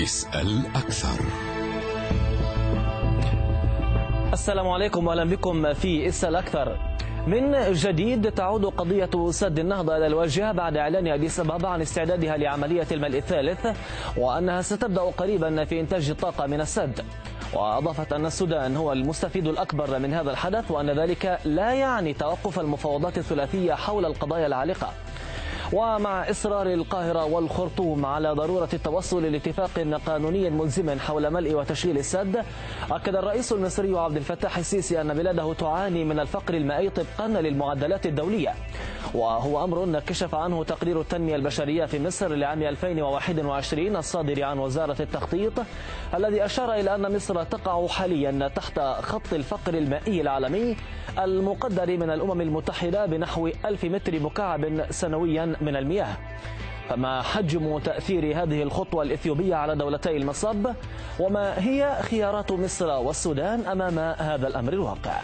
اسأل أكثر. السلام عليكم وأهلا بكم في اسأل أكثر. من جديد تعود قضية سد النهضة إلى الواجهة بعد إعلان أديس أبابا عن استعدادها لعملية الملء الثالث، وأنها ستبدأ قريبا في إنتاج الطاقة من السد. وأضافت أن السودان هو المستفيد الأكبر من هذا الحدث، وأن ذلك لا يعني توقف المفاوضات الثلاثية حول القضايا العالقة. ومع إصرار القاهرة والخرطوم على ضرورة التوصل لاتفاق قانوني ملزم حول ملء وتشغيل السد، أكد الرئيس المصري عبد الفتاح السيسي أن بلاده تعاني من الفقر المائي طبقا للمعدلات الدولية، وهو أمر كشف عنه تقرير التنمية البشرية في مصر لعام 2021 الصادر عن وزارة التخطيط، الذي أشار إلى أن مصر تقع حاليا تحت خط الفقر المائي العالمي المقدر من الأمم المتحدة بنحو 1000 متر مكعب سنويا من المياه. فما حجم تأثير هذه الخطوة الإثيوبية على دولتي المصب؟ وما هي خيارات مصر والسودان أمام هذا الأمر الواقع؟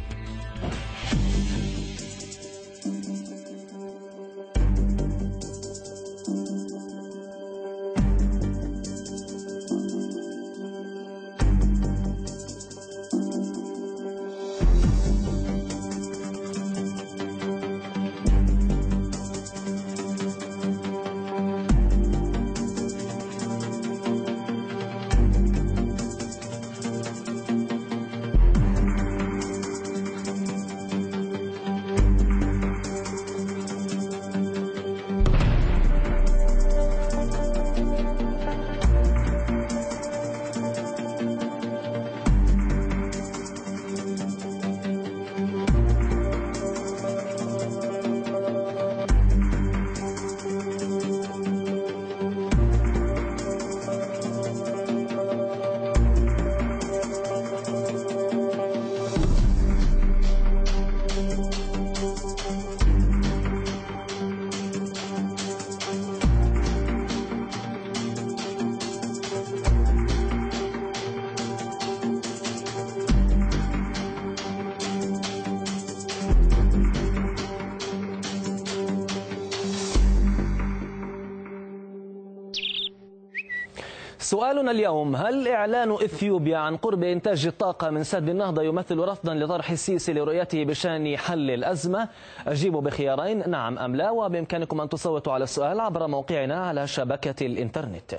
سؤالنا اليوم: هل إعلان إثيوبيا عن قرب إنتاج الطاقة من سد النهضة يمثل رفضا لطرح السيسي لرؤيته بشأن حل الأزمة؟ أجيبوا بخيارين، نعم أم لا، وبإمكانكم أن تصوتوا على السؤال عبر موقعنا على شبكة الإنترنت.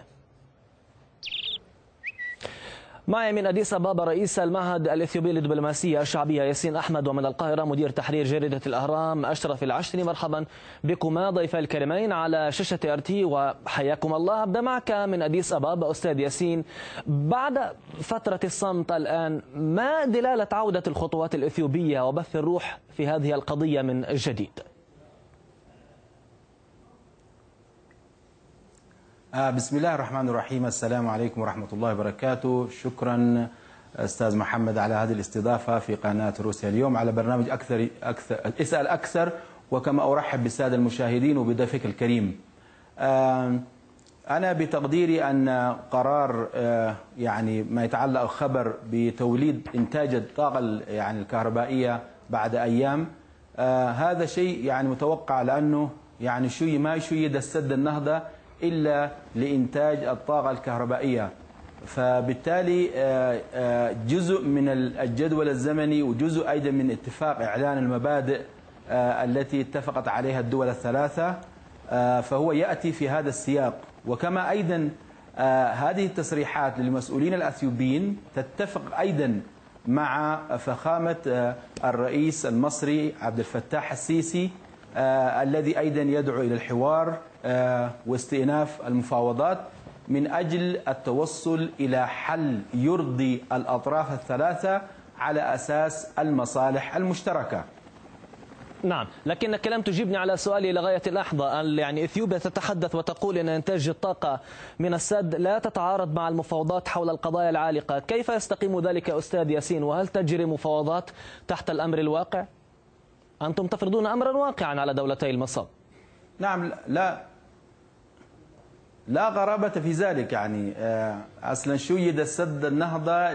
معي من أديس أبابا رئيس المعهد الإثيوبي للدبلوماسية الشعبية ياسين أحمد، ومن القاهرة مدير تحرير جريدة الأهرام أشرف العشري. مرحبا بكما ضيفي الكريمين على شاشة RT وحياكم الله. أبدأ معك من أديس أبابا أستاذ ياسين، بعد فترة الصمت الآن ما دلالة عودة الخطوات الإثيوبية وبث الروح في هذه القضية من جديد؟ بسم الله الرحمن الرحيم. السلام عليكم ورحمة الله وبركاته. شكرا أستاذ محمد على هذه الاستضافة في قناة روسيا اليوم على برنامج اسأل أكثر، وكما أرحب بالسادة المشاهدين وبضيفك الكريم. أنا بتقديري أن قرار يعني ما يتعلق خبر بتوليد إنتاج الطاقة يعني الكهربائية بعد أيام، هذا شيء يعني متوقع، لأنه يعني ما يشيد السد النهضة إلا لإنتاج الطاقة الكهربائية، فبالتالي جزء من الجدول الزمني وجزء أيضا من اتفاق إعلان المبادئ التي اتفقت عليها الدول الثلاثة، فهو يأتي في هذا السياق. وكما أيضا هذه التصريحات للمسؤولين الأثيوبيين تتفق أيضا مع فخامة الرئيس المصري عبد الفتاح السيسي، الذي أيضا يدعو إلى الحوار واستئناف المفاوضات من أجل التوصل إلى حل يرضي الأطراف الثلاثة على أساس المصالح المشتركة. نعم، لكنك لم تجيبني على سؤالي لغاية اللحظة. يعني إثيوبيا تتحدث وتقول أن إنتاج الطاقة من السد لا تتعارض مع المفاوضات حول القضايا العالقة. كيف يستقيم ذلك أستاذ ياسين؟ وهل تجري مفاوضات تحت الأمر الواقع؟ أنتم تفرضون أمرا واقعا على دولتي المصب. نعم، لا غرابة في ذلك. يعني أصلا شيد السد النهضة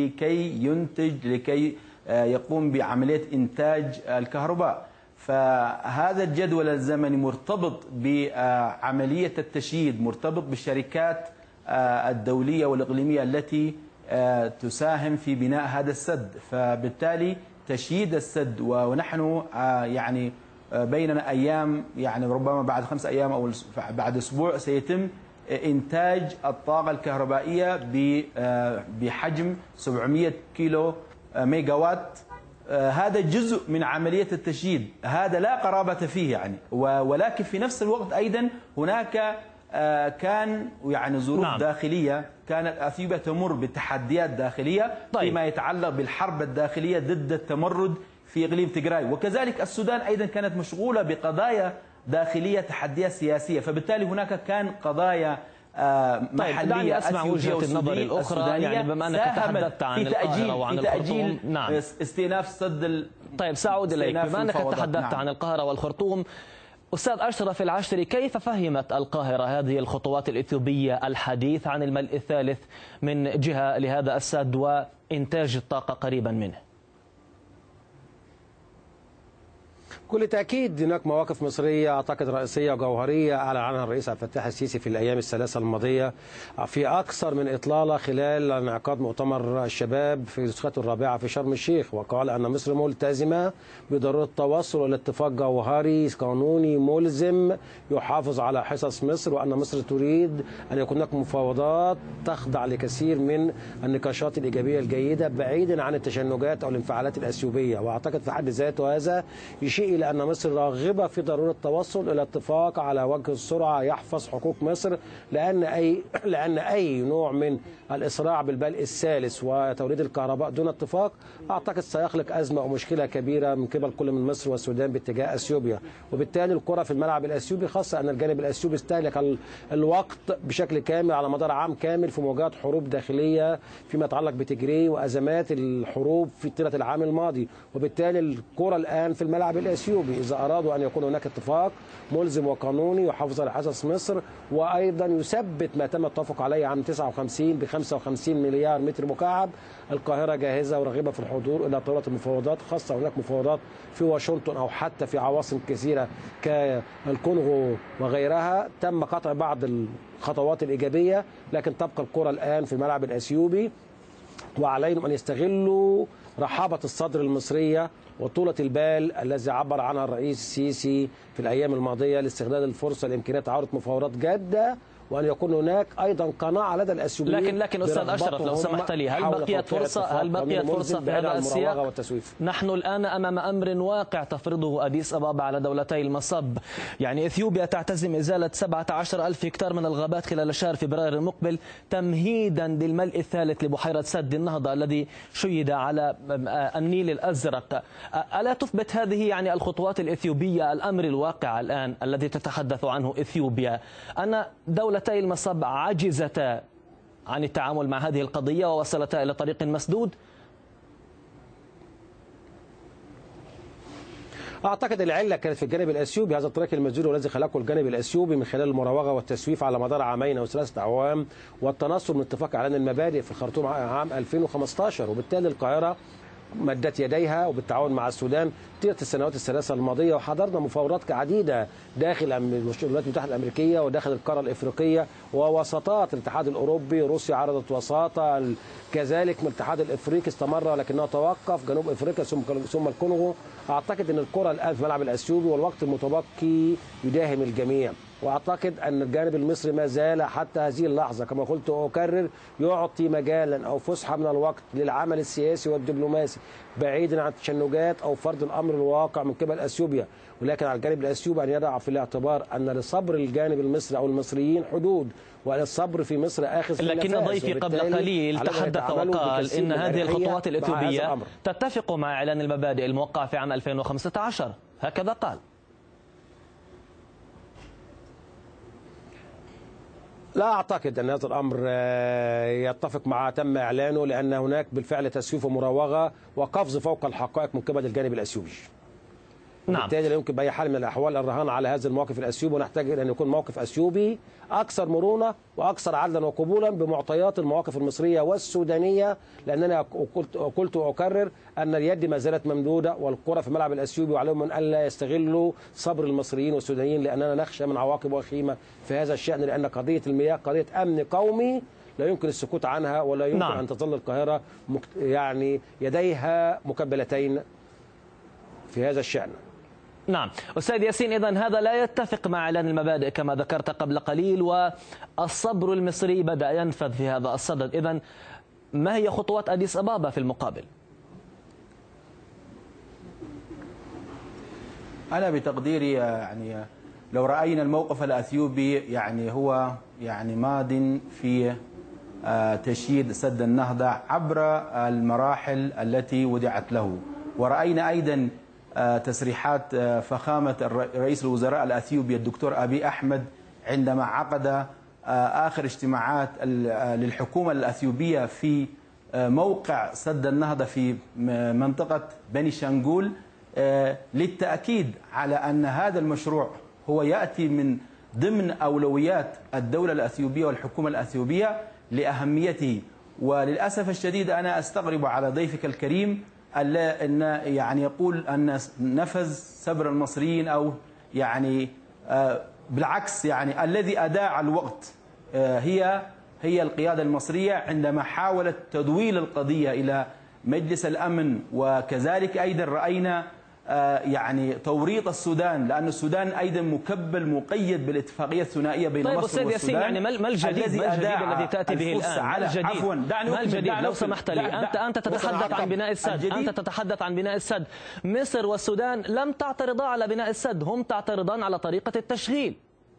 لكي يقوم بعملية إنتاج الكهرباء، فهذا الجدول الزمني مرتبط بعملية التشييد، مرتبط بالشركات الدولية والإقليمية التي تساهم في بناء هذا السد. فبالتالي تشييد السد، ونحن يعني بيننا أيام، يعني ربما بعد 5 أيام أو بعد أسبوع سيتم إنتاج الطاقة الكهربائية بحجم 700 كيلو ميجا وات. هذا جزء من عملية التشييد، هذا لا قرابة فيه يعني، ولكن في نفس الوقت أيضا هناك كان يعني ظروف داخلية، كانت أثيوبيا تمر بتحديات داخلية فيما يتعلق بالحرب الداخلية ضد التمرد في إقليم تيغراي، وكذلك السودان أيضا كانت مشغولة بقضايا داخلية، تحديات سياسية. فبالتالي هناك كان قضايا محلية. دعني أسمع وجهة النظر الأخرى، يعني بما أنك تحدثت عن القاهرة وعن الخرطوم. استئناف سد طيب سأعود إليك. بما أنك تحدثت عن القاهرة والخرطوم، أستاذ أشرف العشري، كيف فهمت القاهرة هذه الخطوات الإثيوبية الحديث عن الملء الثالث من جهة لهذا السد وإنتاج الطاقة قريبا منه؟ بكل تأكيد هناك مواقف مصرية أعتقد رئيسية وجوهرية أعلن عنها الرئيس عبد الفتاح السيسي في الأيام الثلاثة الماضية في أكثر من إطلالة خلال انعقاد مؤتمر الشباب في نسخته الرابعة في شرم الشيخ، وقال أن مصر ملتزمة بضرورة التوصل إلى اتفاق جوهري قانوني ملزم يحافظ على حصص مصر، وأن مصر تريد أن يكون هناك مفاوضات تخضع لكثير من النقاشات الإيجابية الجيدة بعيدا عن التشنجات أو الانفعالات الأثيوبية. وأعتقد في حد ذاته هذا يشير إلى أن مصر راغبة في ضرورة التوصل إلى اتفاق على وجه السرعة يحفظ حقوق مصر، لأن أي نوع من الإسراع بالبلء الثالث وتوليد الكهرباء دون اتفاق أعتقد سيخلق أزمة ومشكلة كبيرة من قبل كل من مصر والسودان باتجاه أثيوبيا. وبالتالي الكرة في الملعب الأثيوبي، خاصة أن الجانب الأثيوبي استهلك الوقت بشكل كامل على مدار عام كامل في مواجهة حروب داخلية فيما يتعلق بتجري وأزمات الحروب في طيلة العام الماضي، وبالتالي الكرة الآن في الملعب الأثيوبي إذا أرادوا أن يكون هناك اتفاق ملزم وقانوني يحافظ على حصص مصر وأيضا يثبت ما تم التوافق عليه عام 59 ب 55 مليار متر مكعب. القاهرة جاهزة وراغبة في الحضور إلى طاولة المفاوضات، خاصة هناك مفاوضات في واشنطن أو حتى في عواصم كثيرة كالكونغو وغيرها. تم قطع بعض الخطوات الإيجابية، لكن تبقى الكرة الآن في الملعب الأثيوبي، وعليهم أن يستغلوا رحابة الصدر المصرية وطولة البال الذي عبر عنها الرئيس السيسي في الأيام الماضية لاستغلال الفرصة لإمكانية عودة مفاوضات جادة، وأن يكون هناك أيضا قناعة لدى الأثيوبيين. لكن أستاذ أشرف لو سمحت لي، هل بقيت فرصة في هذا السياق؟ نحن الآن أمام أمر واقع تفرضه أديس أبابا على دولتي المصب. يعني إثيوبيا تعتزم إزالة 17,000 هكتار من الغابات خلال شهر فبراير المقبل تمهيدا للملء الثالث لبحيرة سد النهضة الذي شيد على النيل الأزرق. ألا تثبت هذه يعني الخطوات الإثيوبية الأمر الواقع الآن الذي تتحدث عنه إثيوبيا أن دولتي المصب عجزتا عن التعامل مع هذه القضية ووصلتا إلى طريق مسدود؟ أعتقد العلة كانت في الجانب الأثيوبي، هذا الطريق المسدود والذي خلقه الجانب الأثيوبي من خلال المراوغة والتسويف على مدار عامين أو 3 أعوام والتنصل من اتفاق إعلان المبادئ في الخرطوم عام 2015، وبالتالي القاهرة مدت يديها وبالتعاون مع السودان طيلة السنوات الثلاثة الماضية، وحضرنا مفاوضات عديدة داخل الولايات المتحدة الأمريكية وداخل القارة الإفريقية ووساطات الاتحاد الأوروبي. روسيا عرضت وساطة، كذلك من الاتحاد الإفريقي استمر لكنه توقف، جنوب إفريقيا ثم الكونغو. أعتقد أن الكرة الآن في الملعب الأثيوبي والوقت المتبقي يداهم الجميع، وأعتقد أن الجانب المصري ما زال حتى هذه اللحظة كما قلت وأكرر يعطي مجالا أو فسحة من الوقت للعمل السياسي والدبلوماسي بعيدا عن التشنجات أو فرض الأمر الواقع من قبل أثيوبيا. ولكن على الجانب الأثيوبي أن يضع في الاعتبار أن لصبر الجانب المصري أو المصريين حدود، والصبر في مصر آخذ. لكن ضيفي قبل قليل تحدث وقال إن هذه الخطوات الإثيوبية تتفق مع إعلان المبادئ الموقع في عام 2015، هكذا قال. لا أعتقد أن هذا الأمر يتفق مع تم إعلانه، لأن هناك بالفعل تسويف ومراوغة وقفز فوق الحقائق من قبل الجانب الأثيوبي. وبالتالي لا يمكن بأي حال من الأحوال الرهان على هذا الموقف الأثيوبي، ونحتاج إلى أن يكون موقف أثيوبي أكثر مرونة وأكثر عدلا وقبولا بمعطيات المواقف المصرية والسودانية، لأننا قلت وأكرر أن اليد ما زالت ممدودة والكرة في الملعب الأثيوبي، وعليهم من ألا يستغلوا صبر المصريين والسودانيين، لأننا نخشى من عواقب وخيمة في هذا الشأن، لأن قضية المياه قضية أمن قومي لا يمكن السكوت عنها، ولا يمكن أن تظل القاهرة يعني يديها مكبلتين في هذا الشأن. نعم أستاذ ياسين، إذن هذا لا يتفق مع إعلان المبادئ كما ذكرت قبل قليل، والصبر المصري بدأ ينفذ في هذا الصدد. إذن ما هي خطوات أديس أبابا في المقابل؟ أنا بتقديري يعني لو رأينا الموقف الأثيوبي يعني هو يعني ماض في تشييد سد النهضة عبر المراحل التي ودعت له، ورأينا أيضا تسريحات فخامة رئيس الوزراء الأثيوبي الدكتور أبي أحمد عندما عقد آخر اجتماعات للحكومة الأثيوبية في موقع سد النهضة في منطقة بني شنغول للتأكيد على أن هذا المشروع هو يأتي من ضمن أولويات الدولة الأثيوبية والحكومة الأثيوبية لأهميته. وللأسف الشديد أنا أستغرب على ضيفك الكريم أن يعني يقول أن نفذ صبر المصريين، أو يعني بالعكس، يعني الذي أداع الوقت هي القيادة المصرية عندما حاولت تدويل القضية إلى مجلس الأمن، وكذلك أيضا رأينا يعني توريط السودان، لأن السودان أيضا مكبل مقيد بالاتفاقية الثنائية بين مصر والسودان. طيب أستاذ ياسين، يعني ما الجديد الذي تأتي به الآن؟ ما الجديد لو سمحت لي؟ أنت تتحدث عن بناء السد، أنت تتحدث عن بناء السد. مصر والسودان لم تعترضا على بناء السد، هم تعترضان على طريقة التشغيل.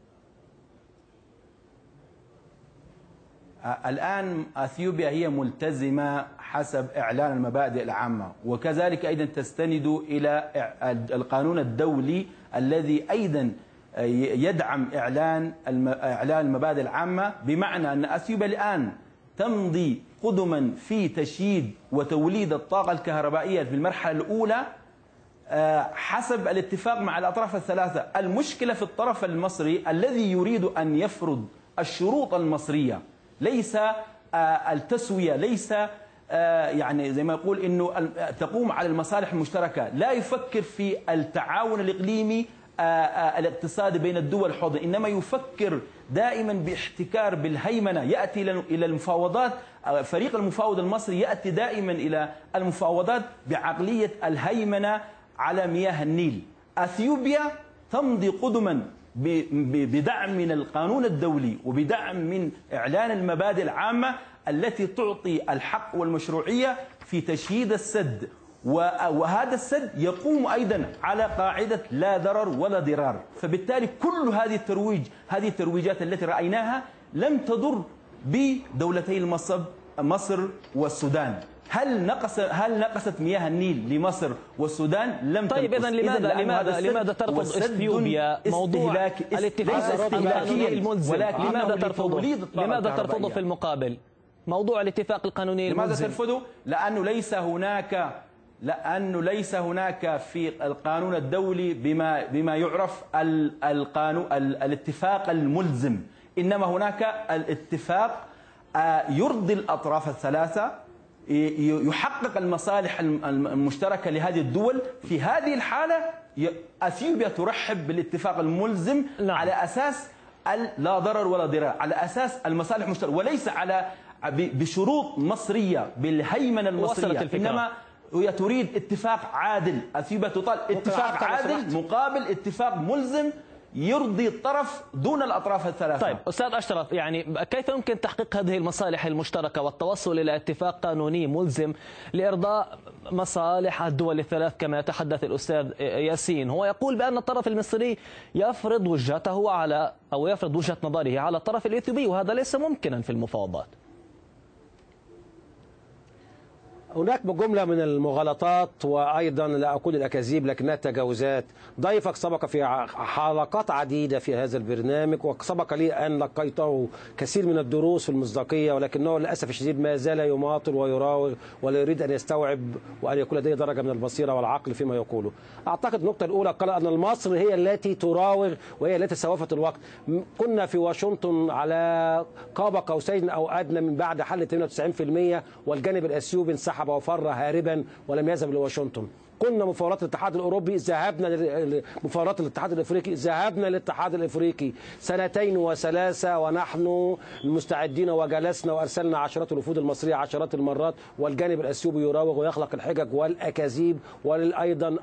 الآن أثيوبيا هي ملتزمة حسب إعلان المبادئ العامة، وكذلك أيضا تستند إلى القانون الدولي الذي أيضا يدعم إعلان المبادئ العامة، بمعنى أن أثيوبيا الآن تمضي قدما في تشييد وتوليد الطاقة الكهربائية في المرحلة الأولى حسب الاتفاق مع الأطراف الثلاثة. المشكلة في الطرف المصري الذي يريد أن يفرض الشروط المصرية، ليس التسوية، ليس يعني زي ما يقول انه تقوم على المصالح المشتركه، لا يفكر في التعاون الاقليمي الاقتصادي بين الدول الحوض، انما يفكر دائما باحتكار بالهيمنه، ياتي الى المفاوضات. فريق المفاوض المصري ياتي دائما الى المفاوضات بعقليه الهيمنه على مياه النيل. اثيوبيا تمضي قدما بدعم من القانون الدولي وبدعم من إعلان المبادئ العامة التي تعطي الحق والمشروعية في تشييد السد، وهذا السد يقوم أيضا على قاعدة لا ضرر ولا ضرار. فبالتالي كل هذه الترويجات التي رأيناها لم تضر بدولتي مصر والسودان. هل نقصت مياه النيل لمصر والسودان؟ لم طيب تنقص. لماذا ترفض اثيوبيا موضوع الاتفاق القانوني الملزم؟ لماذا ترفضه في المقابل موضوع الاتفاق القانوني الملزم؟ لماذا ترفضه؟ لأنه ليس هناك في القانون الدولي بما يعرف الاتفاق الملزم، إنما هناك الاتفاق يرضي الأطراف الثلاثة، يحقق المصالح المشتركة لهذه الدول. في هذه الحالة أثيوبيا ترحب بالاتفاق الملزم على أساس لا ضرر ولا ضرار، على أساس المصالح المشتركة، وليس بشروط مصرية بالهيمنة المصرية، إنما هي تريد اتفاق عادل. أثيوبيا تطالب اتفاق عادل مقابل اتفاق ملزم يرضي الطرف دون الأطراف الثلاثة. طيب أستاذ أشرف، يعني كيف يمكن تحقيق هذه المصالح المشتركة والتوصل إلى اتفاق قانوني ملزم لإرضاء مصالح الدول الثلاث كما يتحدث الأستاذ ياسين؟ هو يقول بأن الطرف المصري يفرض وجهته يفرض وجهة نظره على الطرف الإثيوبي، وهذا ليس ممكنا في المفاوضات. هناك جملة من المغالطات وأيضا لا أقول الأكاذيب لكنها تجاوزات. ضيفك سبق في حلقات عديدة في هذا البرنامج وسبق لي أن لقيته كثير من الدروس في المصداقية، ولكنه للأسف الشديد ما زال يماطل ويراوغ ولا يريد أن يستوعب وأن يكون لديه درجة من البصيرة والعقل فيما يقوله. أعتقد النقطة الأولى قال أن مصر هي التي تراوغ وهي التي سوفت الوقت. كنا في واشنطن على قاب قوسين أو أدنى من بعد حل 98% والجانب الأثيوبي انسحب وفر هاربا ولم يذهب لواشنطن. كنا مفاوضات الاتحاد الاوروبي ذهبنا مفاوضات الاتحاد الافريقي ذهبنا للاتحاد الافريقي 2 و3 ونحن مستعدين وجلسنا وارسلنا عشرات الوفود المصريه عشرات المرات والجانب الاثيوبي يراوغ ويخلق الحجج والاكاذيب وايضا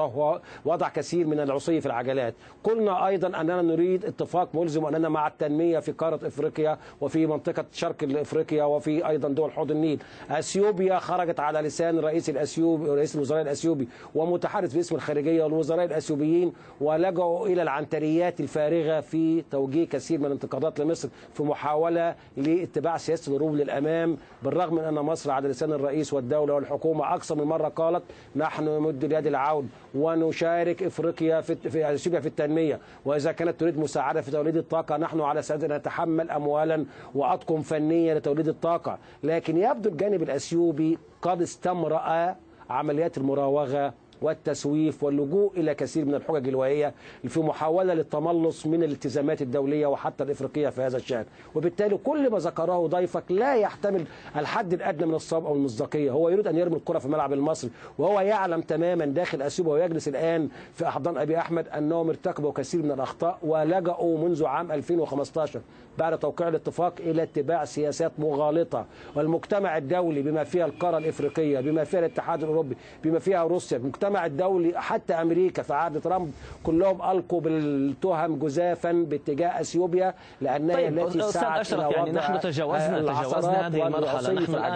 وضع كثير من العصي في العجلات. قلنا ايضا اننا نريد اتفاق ملزم واننا مع التنميه في قاره افريقيا وفي منطقه شرق افريقيا وفي ايضا دول حوض النيل. اثيوبيا خرجت على لسان رئيس الوزراء الاثيوبي ومتحدث باسم الخارجيه والوزراء الاثيوبيين ولجأوا الى العنتريات الفارغه في توجيه كثير من الانتقادات لمصر في محاوله لاتباع سياسه الهروب للامام، بالرغم من ان مصر على لسان الرئيس والدوله والحكومه اكثر من مره قالت نحن نمد اليد العون ونشارك افريقيا في اثيوبيا في التنميه، واذا كانت تريد مساعده في توليد الطاقه نحن على استعداد ان نتحمل اموالا واطقم فنيه لتوليد الطاقه. لكن يبدو الجانب الاثيوبي قد استمرأ عمليات المراوغة والتسويف واللجوء إلى كثير من الحجج الوهية في محاولة للتملص من الالتزامات الدولية وحتى الإفريقية في هذا الشأن. وبالتالي كل ما ذكره ضيفك لا يحتمل الحد الأدنى من الصواب أو المصداقية. هو يريد أن يرمي الكرة في الملعب المصري وهو يعلم تماما داخل أثيوبيا ويجلس الآن في أحضان أبي أحمد أنهم ارتكبوا كثير من الأخطاء ولجأوا منذ عام 2015 بعد توقيع الاتفاق إلى اتباع سياسات مغالطة، والمجتمع الدولي بما فيها القارة الإفريقية بما فيها الاتحاد الأوروبي بما فيها روسيا المجتمع الدولي حتى أمريكا في عهد ترامب كلهم ألقوا بالتهم جزافا باتجاه أثيوبيا لأنها طيب التي سعت إلى وضع نحن تجاوزنا هذه المرحلة. نحن الآن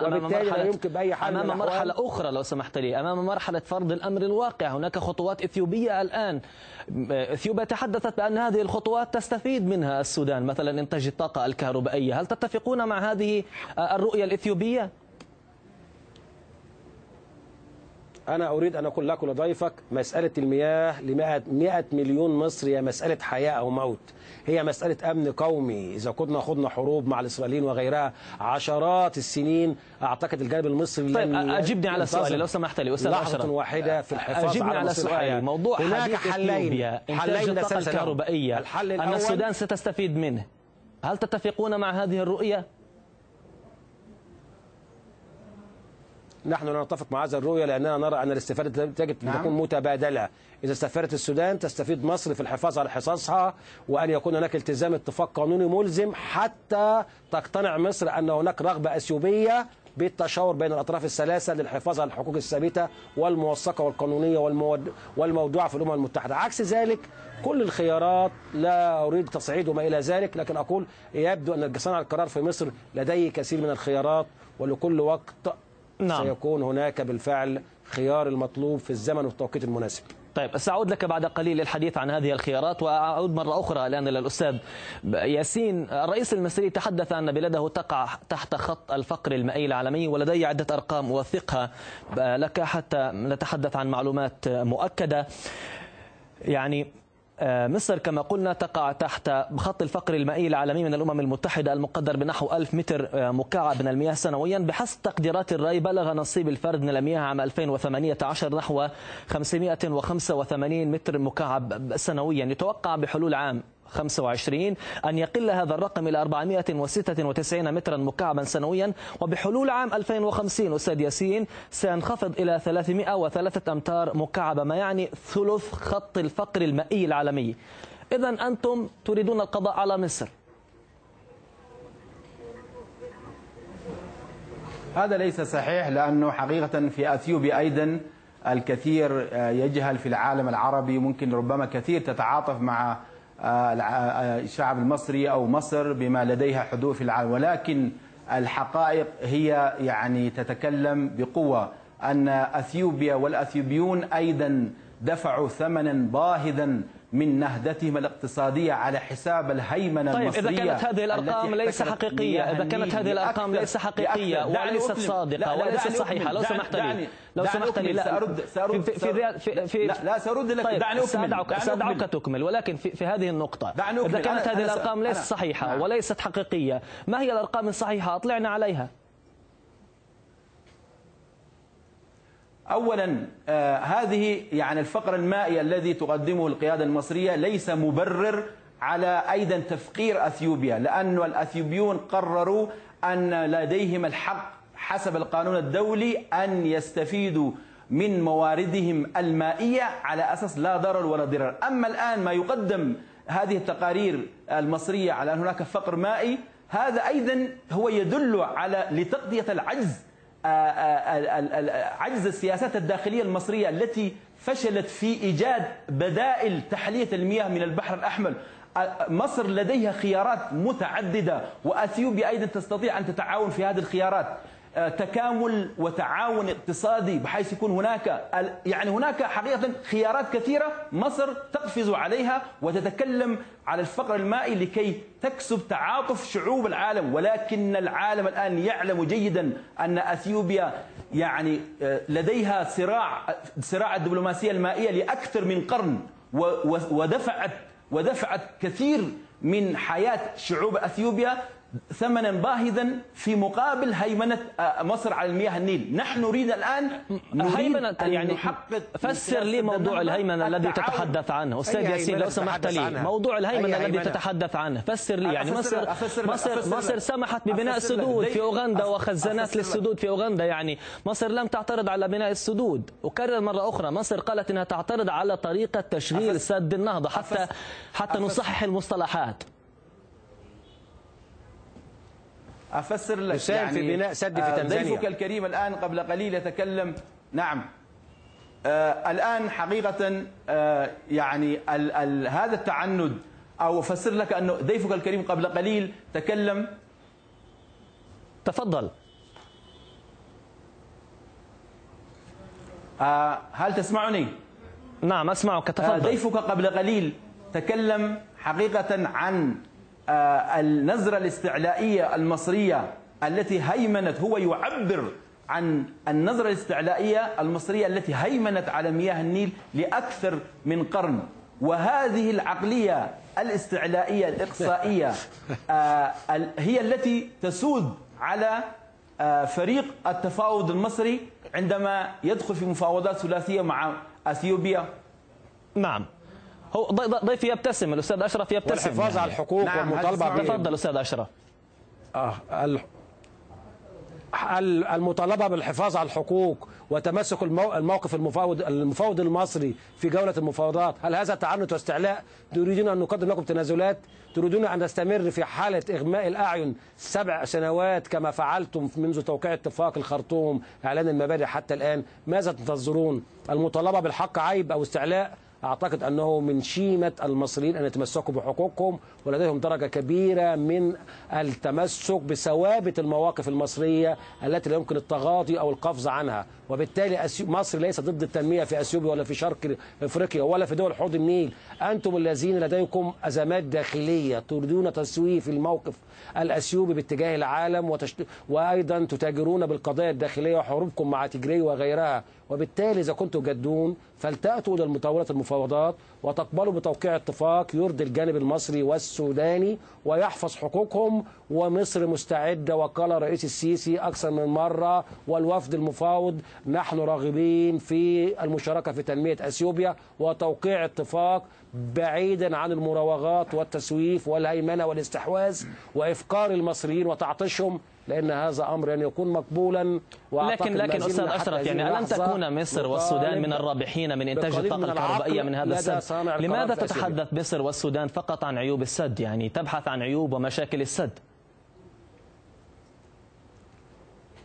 أمام مرحلة أخرى لو سمحت لي، أمام مرحلة فرض الأمر الواقع. هناك خطوات إثيوبية الآن. إثيوبيا تحدثت بأن هذه الخطوات تستفيد منها السودان، مثلا إنتاج الطاقة الكهربائية. هل تتفقون مع هذه الرؤية الإثيوبية؟ أنا أريد أن أقول لك ولضيفك مسألة المياه ل100 مليون مصري هي مسألة حياة أو موت، هي مسألة أمن قومي. إذا كنا خضنا حروب مع الإسرائيليين وغيرها عشرات السنين أعتقد الجانب المصري طيب أجبني على سؤالي لو سمحت لي أستاذ أشرف. لحظة واحدة في الحفاظ على سؤالي. موضوع حديث إثيوبيا إنتاج الطاقة الكهربائية أن السودان ستستفيد منه، هل تتفقون مع هذه الرؤية؟ نحن لا نتفق مع هذه الرؤية لأننا نرى أن الاستفادة تجب أن تكون متبادلة. إذا استفادت السودان تستفيد مصر في الحفاظ على حصصها وأن يكون هناك التزام اتفاق قانوني ملزم حتى تقتنع مصر أن هناك رغبة أثيوبية بالتشاور بين الأطراف الثلاثة للحفاظ على الحقوق الثابتة والموثقة والقانونية والموضوعة في الأمم المتحدة. عكس ذلك كل الخيارات لا أريد تصعيد وما إلى ذلك، لكن أقول يبدو أن صانع القرار في مصر لديه كثير من الخيارات ولكل وقت سيكون هناك بالفعل خيار المطلوب في الزمن والتوقيت المناسب. طيب سأعود لك بعد قليل للحديث عن هذه الخيارات، وأعود مرة أخرى الآن إلى الأستاذ ياسين. الرئيس المصري تحدث أن بلاده تقع تحت خط الفقر المائي العالمي، ولدي عدة أرقام أوثقها لك حتى نتحدث عن معلومات مؤكدة. يعني مصر كما قلنا تقع تحت خط الفقر المائي العالمي من الأمم المتحدة المقدر بنحو 1000 متر مكعب من المياه سنويا. بحسب تقديرات الري بلغ نصيب الفرد من المياه عام 2018 نحو 585 متر مكعب سنويا. يتوقع بحلول عام 25 أن يقل هذا الرقم إلى 496 مترا مكعبا سنويا، وبحلول عام 2050 أستاذ ياسين سينخفض إلى 303 أمتار مكعبة، ما يعني ثلث خط الفقر المائي العالمي. إذن أنتم تريدون القضاء على مصر. هذا ليس صحيح، لأنه حقيقة في أثيوبيا أيضا الكثير يجهل في العالم العربي، ممكن ربما كثير تتعاطف مع الشعب المصري أو مصر بما لديها حدود في العالم، ولكن الحقائق هي يعني تتكلم بقوة أن أثيوبيا والأثيوبيون أيضا دفعوا ثمنا باهظا من نهضتهم الاقتصادية على حساب الهيمنة المصرية. طيب إذا كانت هذه الأرقام ليس حقيقية، إذا كانت هذه الأرقام ليس حقيقية وليست صادقة وليست صحيحة، لو سمحت لي لا سأرد لك. طيب دعني أكمل. سأدعك تكمل، ولكن في هذه النقطة إذا كانت هذه الأرقام ليست صحيحة وليست حقيقية، ما هي الأرقام الصحيحة؟ أطلعنا عليها. أولا هذه يعني الفقر المائي الذي تقدمه القيادة المصرية ليس مبرر على أيضا تفقير أثيوبيا، لأن الأثيوبيون قرروا أن لديهم الحق حسب القانون الدولي أن يستفيدوا من مواردهم المائية على أساس لا ضرر ولا ضرر. أما الآن ما يقدم هذه التقارير المصرية على أن هناك فقر مائي، هذا أيضا هو يدل على لتغطية العجز، عجز السياسات الداخلية المصرية التي فشلت في إيجاد بدائل تحلية المياه من البحر الأحمر. مصر لديها خيارات متعددة، وأثيوبيا أيضا تستطيع أن تتعاون في هذه الخيارات، تكامل وتعاون اقتصادي بحيث يكون هناك حقيقة خيارات كثيرة مصر تقفز عليها وتتكلم على الفقر المائي لكي تكسب تعاطف شعوب العالم. ولكن العالم الآن يعلم جيدا أن أثيوبيا يعني لديها صراع الدبلوماسية المائية لأكثر من قرن، ودفعت كثير من حياة شعوب أثيوبيا ثمنا باهظا في مقابل هيمنة مصر على المياه النيل. نحن نريد الآن يعني نحقق. فسر لي موضوع الهيمنة الذي تتحدث عنه أستاذ ياسين لو سمحت لي. موضوع الهيمنة الذي تتحدث عنه فسر لي. يعني مصر سمحت ببناء السدود في أوغندا وخزانات للسدود في أوغندا، يعني مصر لم تعترض على بناء السدود. وكرر مرة أخرى مصر قالت أنها تعترض على طريقة تشغيل سد النهضة حتى نصحح المصطلحات. أفسر لك يعني في بناء سد في تنزانيا. ضيفك الكريم الآن قبل قليل يتكلم. نعم الآن حقيقة يعني هذا التعند، أو أفسر لك أنه ضيفك الكريم قبل قليل تكلم. تفضل. هل تسمعني؟ نعم أسمعك، تفضل. ضيفك قبل قليل تكلم حقيقة عن النظرة الاستعلائية المصرية التي هيمنت. هو يعبر عن النظرة الاستعلائية المصرية التي هيمنت على مياه النيل لأكثر من قرن. وهذه العقلية الاستعلائية الإقصائية هي التي تسود على فريق التفاوض المصري عندما يدخل في مفاوضات ثلاثية مع أثيوبيا. نعم هو ضيفي يبتسم، الأستاذ أشرف يبتسم. والحفاظ على الحقوق. نعم والمطالبة. تفضل أستاذ أشرف. المطالبة بالحفاظ على الحقوق وتمسك الموقف المفاوض المصري في جولة المفاوضات، هل هذا تعنت واستعلاء؟ تريدون أن نقدم لكم تنازلات؟ تريدون أن نستمر في حالة إغماء الأعين 7 سنوات كما فعلتم منذ توقيع اتفاق الخرطوم إعلان المبادئ حتى الآن؟ ماذا تنتظرون؟ المطالبة بالحق عيب أو استعلاء؟ أعتقد أنه من شيمة المصريين أن يتمسكوا بحقوقهم، ولديهم درجة كبيرة من التمسك بثوابت المواقف المصرية التي لا يمكن التغاضي أو القفز عنها. وبالتالي مصر ليست ضد التنمية في أثيوبيا ولا في شرق أفريقيا ولا في دول حوض النيل. أنتم الذين لديكم أزمات داخلية تريدون تسويف الموقف الأثيوبي باتجاه العالم وأيضا تتاجرون بالقضايا الداخلية وحروبكم مع تجري وغيرها. وبالتالي إذا كنتم جادون فلتأتوا إلى المفاوضات وتقبلوا بتوقيع اتفاق يرضي الجانب المصري والسوداني ويحفظ حقوقهم. ومصر مستعدة، وقال الرئيس السيسي أكثر من مرة والوفد المفاوض، نحن راغبين في المشاركة في تنمية أثيوبيا وتوقيع اتفاق بعيدا عن المراوغات والتسويف والهيمنة والاستحواذ وإفقار المصريين وتعطيشهم، لأن هذا أمر يعني يكون مقبولا. لكن أستاذ أشرف، يعني ألم تكون مصر والسودان من الرابحين من إنتاج الطاقة الكهربائية من هذا السد؟ لماذا تتحدث مصر والسودان فقط عن عيوب السد؟ يعني تبحث عن عيوب ومشاكل السد.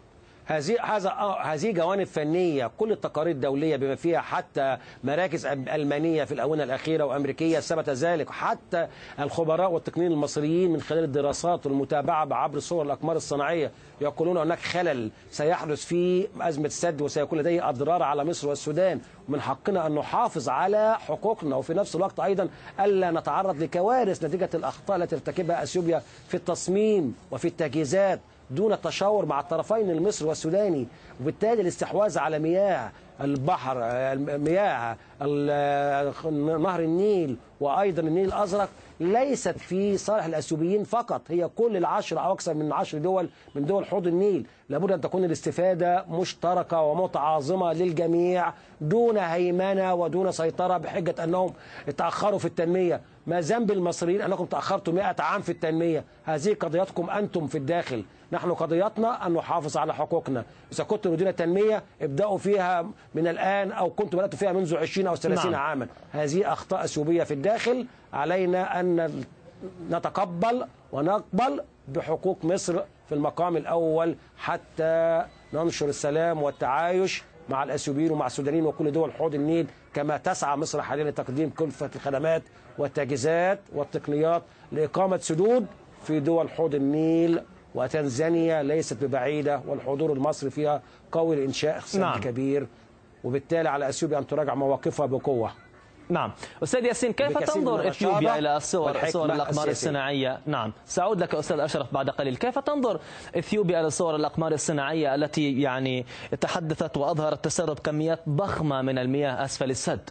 هذه جوانب فنية. كل التقارير الدولية بما فيها حتى مراكز ألمانية في الآونة الأخيرة وأمريكية ثبت ذلك، حتى الخبراء والتقنيين المصريين من خلال الدراسات والمتابعة عبر صور الأقمار الصناعية يقولون هناك خلل سيحدث في أزمة السد وسيكون لديه أضرار على مصر والسودان، ومن حقنا أن نحافظ على حقوقنا، وفي نفس الوقت أيضا ألا نتعرض لكوارث نتيجة الأخطاء التي ارتكبها أثيوبيا في التصميم وفي التجهيزات دون التشاور مع الطرفين المصري والسوداني. وبالتالي الاستحواذ على مياه البحر، مياه نهر النيل وأيضا النيل الأزرق ليست في صالح الأثيوبيين فقط، هي كل العشر أو أكثر من 10 دول من دول حوض النيل. لابد أن تكون الاستفادة مشتركة ومتعاظمة للجميع دون هيمنة ودون سيطرة بحجة أنهم تأخروا في التنمية. ما ذنب المصريين أنكم تأخرتم 100 عام في التنمية؟ هذه قضيتكم أنتم في الداخل، نحن قضيتنا أن نحافظ على حقوقنا. إذا كنتم تريدون التنمية ابدأوا فيها من الآن، أو كنتم بدأتوا فيها منذ 20 أو 30 عاما. هذه أخطاء أثيوبية في الداخل، علينا أن نتقبل ونقبل بحقوق مصر في المقام الأول حتى ننشر السلام والتعايش مع الأثيوبيين ومع السودانيين وكل دول حوض النيل، كما تسعى مصر حاليا لتقديم كافة الخدمات والتجهيزات والتقنيات لإقامة سدود في دول حوض النيل. وتنزانيا ليست ببعيدة والحضور المصري فيها قوي لإنشاء سد كبير، وبالتالي على أثيوبيا أن تراجع مواقفها بقوة. نعم أستاذ ياسين، كيف تنظر إثيوبيا إلى صور الأقمار الصناعية؟ نعم سأعود لك أستاذ أشرف بعد قليل. كيف تنظر إثيوبيا إلى صور الأقمار الصناعية التي يعني تحدثت وأظهرت تسرب كميات ضخمة من المياه أسفل السد؟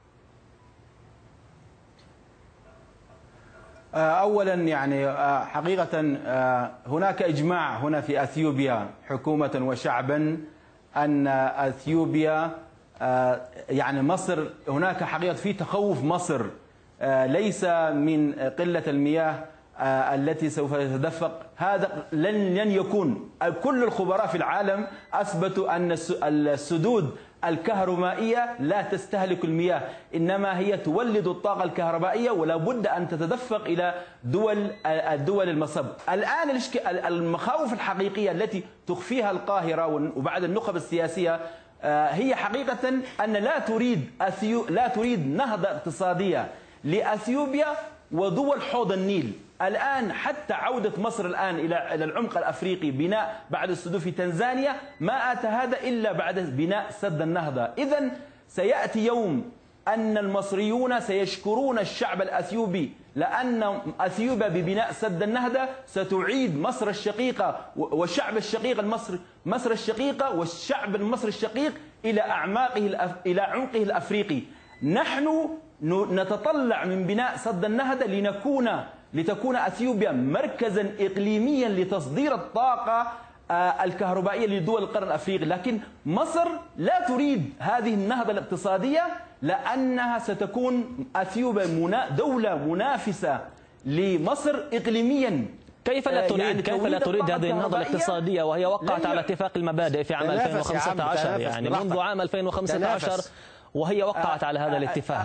أولا يعني حقيقة هناك إجماع هنا في أثيوبيا حكومة وشعبا أن أثيوبيا يعني مصر، هناك حقيقة في تخوف مصر ليس من قلة المياه التي سوف تتدفق، هذا لن يكون. كل الخبراء في العالم أثبتوا أن السدود الكهرومائية لا تستهلك المياه، إنما هي تولد الطاقة الكهربائية ولا بد أن تتدفق إلى الدول المصب. الآن المخاوف الحقيقية التي تخفيها القاهرة وبعد النخب السياسية هي حقيقة أن لا تريد نهضة اقتصادية لأثيوبيا ودول حوض النيل. الآن حتى عودة مصر الآن إلى العمق الأفريقي بناء بعد السدود في تنزانيا ما أتى هذا إلا بعد بناء سد النهضة. إذن سيأتي يوم أن المصريون سيشكرون الشعب الأثيوبي، لأن أثيوبيا ببناء سد النهضة ستعيد مصر الشقيقة والشعب الشقيق المصري، مصر الشقيقة والشعب المصري الشقيق إلى عمقه الأفريقي. نحن نتطلع من بناء سد النهضة لتكون أثيوبيا مركزا إقليميا لتصدير الطاقة الكهربائية لدول القرن الأفريقي، لكن مصر لا تريد هذه النهضة الاقتصادية لأنها ستكون أثيوبيا دولة منافسة لمصر إقليميا. كيف لا تريد كيف لا تريد هذه النهضة الاقتصادية وهي وقعت على اتفاق المبادئ في عام 2015 يعني منذ عام 2015 وهي وقعت على هذا الاتفاق؟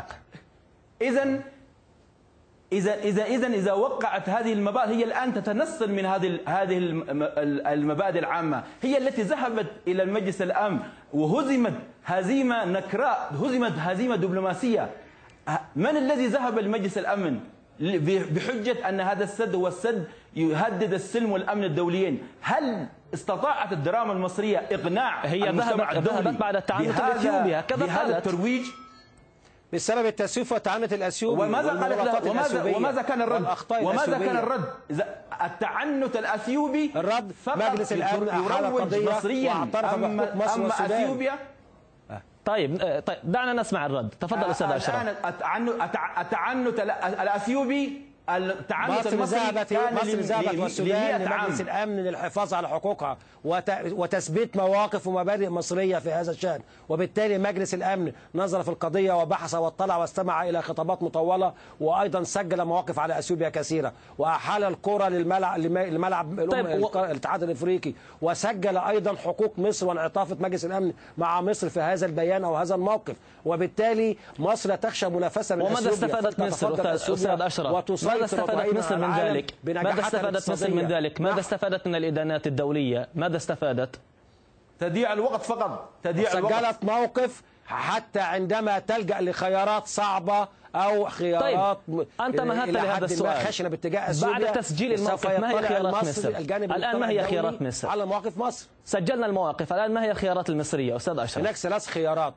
إذا وقعت هذه المبادئ هي الآن تتنصل من هذه المبادئ العامة، هي التي ذهبت إلى المجلس الأمن وهزمت هزيمة نكراء، هزمت هزيمة دبلوماسية. من الذي ذهب لمجلس الأمن بحجة أن هذا السد هو السد يهدد السلم والأمن الدوليين؟ هل استطاعت الدراما المصرية إقناع هي ذهبت بعد التعنت الأثيوبي هكذا بهذا الترويج بسبب التسويف وتعنت الأثيوبي؟ وماذا كان الرد؟ وماذا كان الرد؟ التعنت الأثيوبي الرد مجلس الأمن يروج مصريا أما أثيوبيا. طيب دعنا نسمع الرد. تفضل أستاذ أشرف. التعنت الأثيوبي، التعنت المصري مصر ذهبت والسودان لمجلس الأمن للحفاظ على حقوقها وتثبيت مواقف ومبادئ مصرية في هذا الشأن، وبالتالي مجلس الأمن نظر في القضية وبحث واطلع واستمع إلى خطابات مطولة، وأيضا سجل مواقف على أثيوبيا كثيرة، وأحال الكرة لملعب الاتحاد الإفريقي، وسجل أيضا حقوق مصر وانعطافة مجلس الأمن مع مصر في هذا البيان أو هذا الموقف. وبالتالي مصر تخشى منافسة من وماذا استفادت مصر أستاذ أشرف؟ ماذا استفادت مصر من ذلك؟ ماذا استفادت مصر من ذلك؟ ماذا استفادت من الإدانات الدولية؟ ماذا استفادت؟ تضييع الوقت فقط، تضييع الوقت. سجلت موقف حتى عندما تلجأ لخيارات صعبة أو خيارات طيب. أنت مهدت لهذا السؤال خشنة باتجاه أثيوبيا. بعد تسجيل الموقف ما هي خيارات مصر؟ الآن ما هي خيارات مصر؟ على مواقف مصر سجلنا المواقف، الآن ما هي الخيارات المصرية أستاذ أشرف؟ هناك ثلاث خيارات.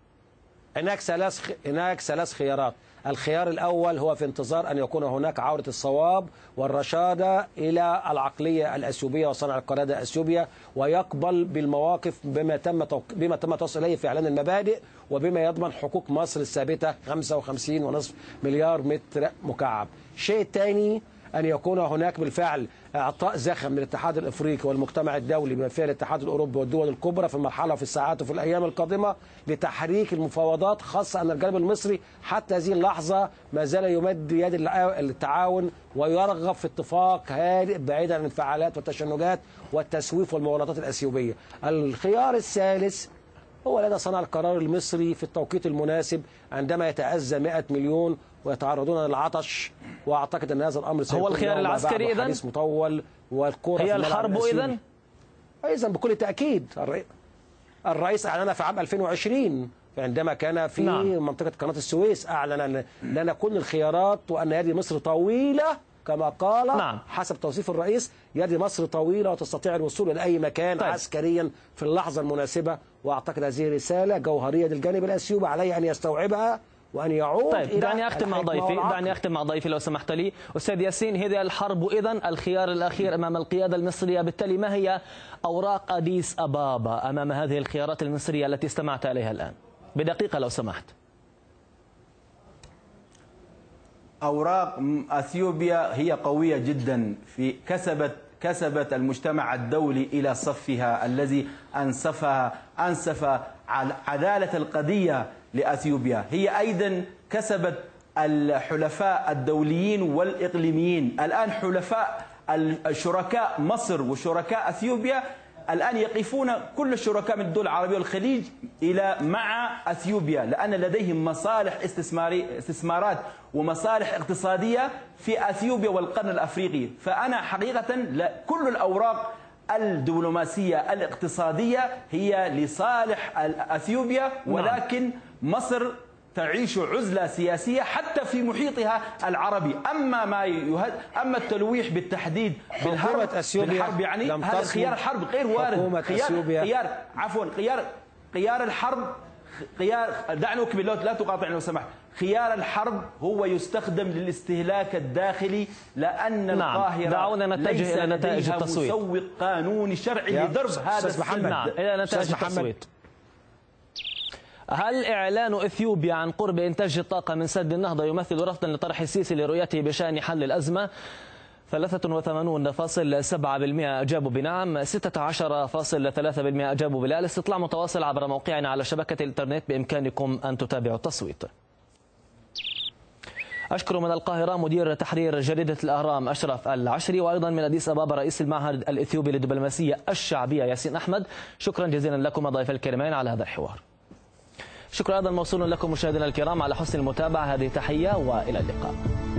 هناك ثلاث خيارات. الخيار الأول هو في انتظار أن يكون هناك عودة الصواب والرشادة إلى العقلية الأثيوبية وصنع القرار الأثيوبيا، ويقبل بالمواقف بما تم توصل إليه في إعلان المبادئ، وبما يضمن حقوق مصر الثابتة 55.5 مليار متر مكعب. الشيء الثاني أن يكون هناك بالفعل إعطاء زخم من الاتحاد الإفريقي والمجتمع الدولي بما فيه الاتحاد الأوروبي والدول الكبرى في المرحلة وفي الساعات وفي الأيام القادمة لتحريك المفاوضات، خاصة أن الجانب المصري حتى هذه اللحظة ما زال يمد يد التعاون ويرغب في اتفاق هادئ بعيدا عن الانفعالات والتشنجات والتسويف والمغالطات الأثيوبية. الخيار الثالث هو لدى صانع القرار المصري في التوقيت المناسب عندما يتأذى 100 مليون ويتعرضون للعطش، واعتقد ان هذا الامر هو الخيار العسكري اذا حديث مطول والكره هي الحرب اذا بكل تاكيد. الرئيس اعلن في عام 2020 عندما كان في منطقه قناه السويس، اعلن لنا كل الخيارات وان يد مصر طويله كما قال حسب توصيف الرئيس، يد مصر طويله وتستطيع الوصول الى اي مكان عسكريا في اللحظه المناسبه. واعتقد هذه رساله جوهريه للجانب الاثيوبي عليه ان يستوعبها وأن يعود. طيب دعني أختم مع ضيفي لو سمحت لي. أستاذ ياسين، هذه الحرب إذن الخيار الأخير أمام القيادة المصرية، بالتالي ما هي أوراق أديس أبابا أمام هذه الخيارات المصرية التي استمعت إليها الآن؟ بدقيقة لو سمحت. أوراق أثيوبيا هي قوية جدا، في كسبت المجتمع الدولي إلى صفها الذي أنسف عدالة القضية لأثيوبيا. هي أيضا كسبت الحلفاء الدوليين والإقليميين. الآن حلفاء الشركاء مصر وشركاء أثيوبيا الآن يقفون كل الشركاء من الدول العربية والخليج مع أثيوبيا، لأن لديهم مصالح استثمارات ومصالح اقتصادية في أثيوبيا والقرن الأفريقي. فأنا حقيقة كل الأوراق الدبلوماسية الاقتصادية هي لصالح أثيوبيا، ولكن مصر تعيش عزلة سياسية حتى في محيطها العربي. أما التلويح بالتحديد بالحرب يعني هذا خيار الحرب غير وارد. خيار الحرب دعني أكمل لا تقاطعني لو سمحت. خيار الحرب هو يستخدم للاستهلاك الداخلي، لأن القاهرة ليس لديها مسوق قانوني شرعي لضرب هذا السلم. إلى نتائج التصويت. هل إعلان إثيوبيا عن قرب إنتاج الطاقة من سد النهضة يمثل رفضا لطرح السيسي لرؤيته بشأن حل الأزمة؟ 83.7% أجابوا بنعم، 16.3% أجابوا بلا. الاستطلاع متواصل عبر موقعنا على شبكة الإنترنت، بإمكانكم أن تتابعوا التصويت. أشكر من القاهرة مدير تحرير جريدة الأهرام أشرف العشري، وأيضا من أديس أبابا رئيس المعهد الإثيوبي للدبلوماسية الشعبية ياسين أحمد. شكرا جزيلا لكم ضيف الكريمين على هذا الحوار. شكرا أيضا موصول لكم مشاهدينا الكرام على حسن المتابعة. هذه تحية وإلى اللقاء.